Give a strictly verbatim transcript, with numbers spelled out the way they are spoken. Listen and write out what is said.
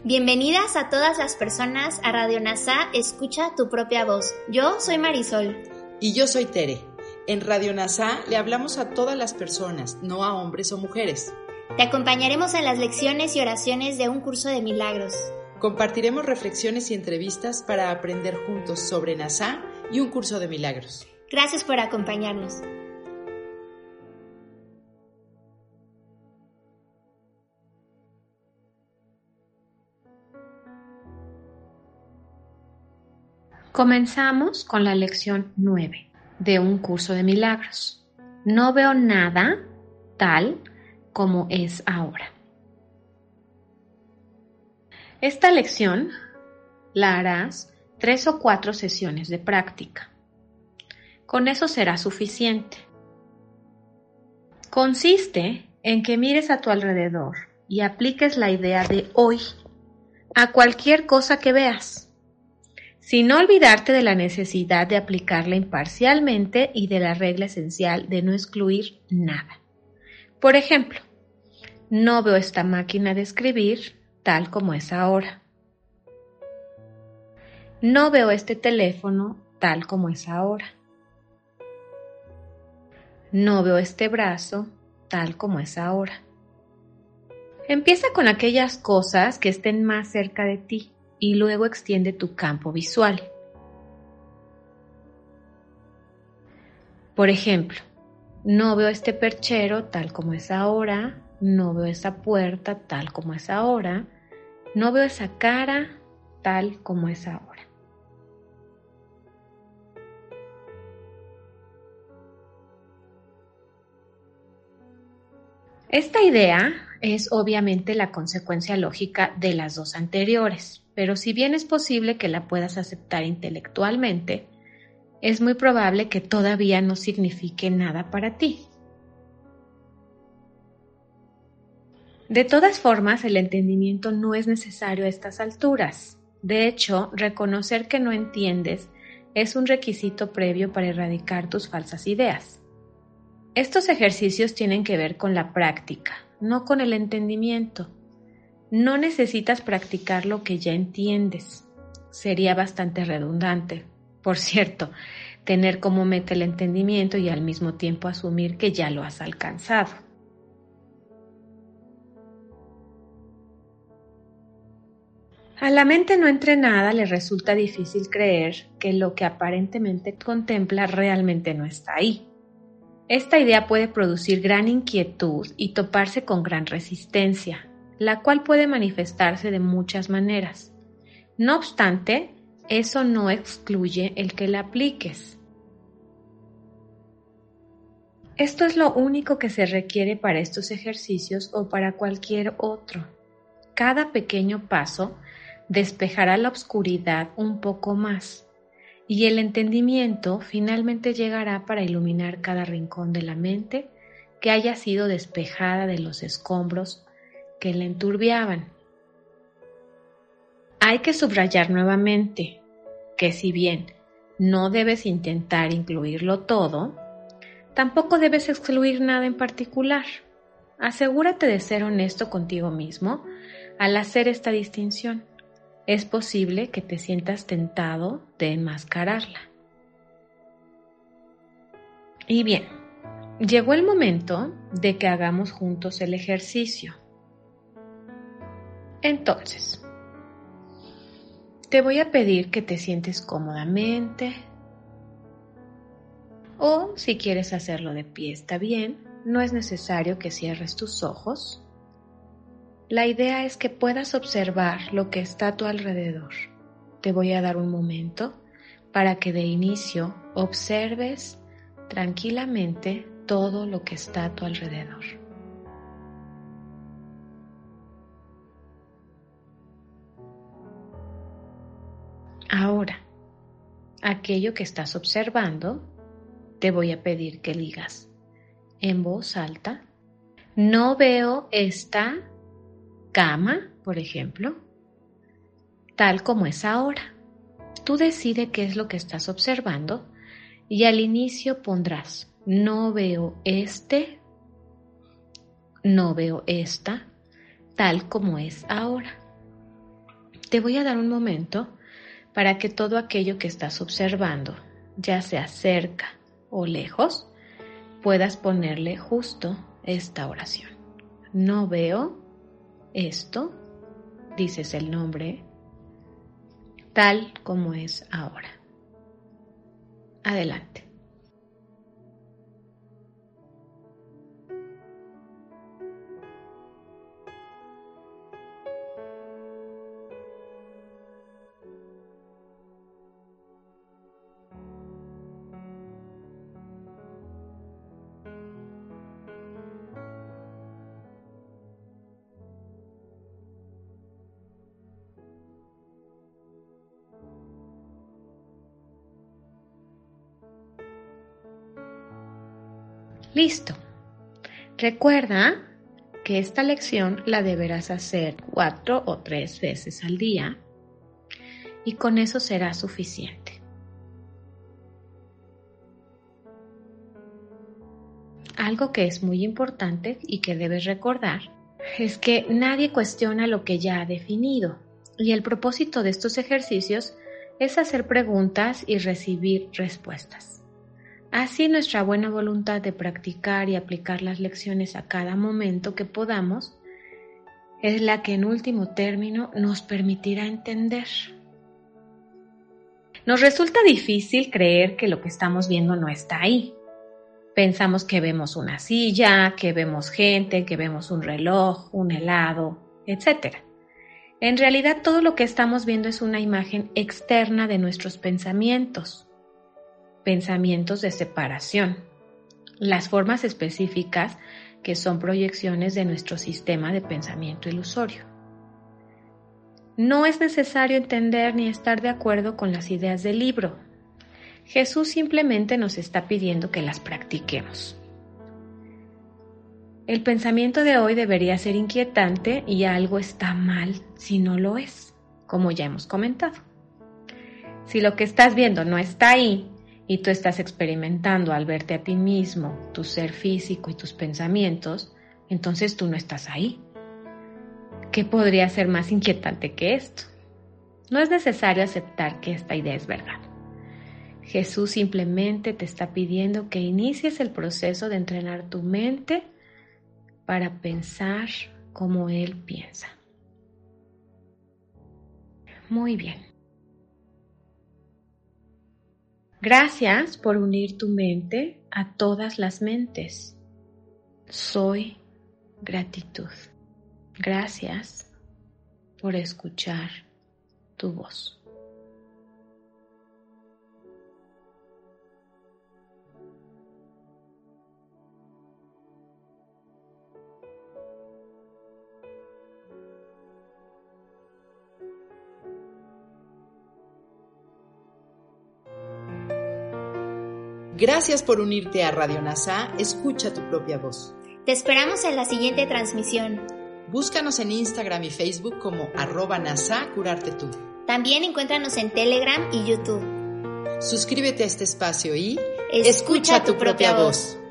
Bienvenidas a todas las personas a Radio NASA Escucha tu propia voz. Yo soy Marisol. Y yo soy Tere. En Radio NASA le hablamos a todas las personas, no a hombres o mujeres. Te acompañaremos en las lecciones y oraciones de un curso de milagros. Compartiremos reflexiones y entrevistas para aprender juntos sobre NASA y un curso de milagros. Gracias por acompañarnos. Comenzamos con la lección nueve de un curso de milagros. No veo nada tal como es ahora. Esta lección la harás tres o cuatro sesiones de práctica. Con eso será suficiente. Consiste en que mires a tu alrededor y apliques la idea de hoy a cualquier cosa que veas, sin olvidarte de la necesidad de aplicarla imparcialmente y de la regla esencial de no excluir nada. Por ejemplo, no veo esta máquina de escribir tal como es ahora. No veo este teléfono tal como es ahora. No veo este brazo tal como es ahora. Empieza con aquellas cosas que estén más cerca de ti y luego extiende tu campo visual. Por ejemplo, no veo este perchero tal como es ahora, no veo esa puerta tal como es ahora, no veo esa cara tal como es ahora. Esta idea es obviamente la consecuencia lógica de las dos anteriores, pero si bien es posible que la puedas aceptar intelectualmente, es muy probable que todavía no signifique nada para ti. De todas formas, el entendimiento no es necesario a estas alturas. De hecho, reconocer que no entiendes es un requisito previo para erradicar tus falsas ideas. Estos ejercicios tienen que ver con la práctica, no con el entendimiento. No necesitas practicar lo que ya entiendes. Sería bastante redundante. Por cierto, tener como meta el entendimiento y al mismo tiempo asumir que ya lo has alcanzado. A la mente no entrenada le resulta difícil creer que lo que aparentemente contempla realmente no está ahí. Esta idea puede producir gran inquietud y toparse con gran resistencia, la cual puede manifestarse de muchas maneras. No obstante, eso no excluye el que la apliques. Esto es lo único que se requiere para estos ejercicios o para cualquier otro. Cada pequeño paso despejará la oscuridad un poco más, y el entendimiento finalmente llegará para iluminar cada rincón de la mente que haya sido despejada de los escombros que la enturbiaban. Hay que subrayar nuevamente que si bien no debes intentar incluirlo todo, tampoco debes excluir nada en particular. Asegúrate de ser honesto contigo mismo al hacer esta distinción. Es posible que te sientas tentado de enmascararla. Y bien, llegó el momento de que hagamos juntos el ejercicio. Entonces, te voy a pedir que te sientes cómodamente, o si quieres hacerlo de pie está bien, no es necesario que cierres tus ojos. La idea es que puedas observar lo que está a tu alrededor. Te voy a dar un momento para que de inicio observes tranquilamente todo lo que está a tu alrededor. Ahora, aquello que estás observando, te voy a pedir que digas en voz alta: no veo esta cama, por ejemplo, tal como es ahora. Tú decide qué es lo que estás observando y al inicio pondrás: no veo este, no veo esta, tal como es ahora. te voy a dar un momento para que todo aquello que estás observando, ya sea cerca o lejos, puedas ponerle justo esta oración. No veo esto, dices el nombre, tal como es ahora. Adelante. Listo. Recuerda que esta lección la deberás hacer cuatro o tres veces al día y con eso será suficiente. Algo que es muy importante y que debes recordar es que nadie cuestiona lo que ya ha definido y el propósito de estos ejercicios es hacer preguntas y recibir respuestas. Así nuestra buena voluntad de practicar y aplicar las lecciones a cada momento que podamos es la que en último término nos permitirá entender. Nos resulta difícil creer que lo que estamos viendo no está ahí. Pensamos que vemos una silla, que vemos gente, que vemos un reloj, un helado, etcétera. En realidad todo lo que estamos viendo es una imagen externa de nuestros pensamientos. Pensamientos de separación, las formas específicas que son proyecciones de nuestro sistema de pensamiento ilusorio. No es necesario entender ni estar de acuerdo con las ideas del libro. Jesús simplemente nos está pidiendo que las practiquemos. El pensamiento de hoy debería ser inquietante y algo está mal si no lo es, como ya hemos comentado. Si lo que estás viendo no está ahí, y tú estás experimentando al verte a ti mismo, tu ser físico y tus pensamientos, entonces tú no estás ahí. ¿Qué podría ser más inquietante que esto? No es necesario aceptar que esta idea es verdad. Jesús simplemente te está pidiendo que inicies el proceso de entrenar tu mente para pensar como Él piensa. Muy bien. Gracias por unir tu mente a todas las mentes. Soy gratitud. Gracias por escuchar tu voz. Gracias por unirte a Radio NASA. Escucha tu propia voz. Te esperamos en la siguiente transmisión. Búscanos en Instagram y Facebook como arroba NASA Curarte Tú. También encuéntranos en Telegram y YouTube. Suscríbete a este espacio y escucha, escucha tu propia voz. voz.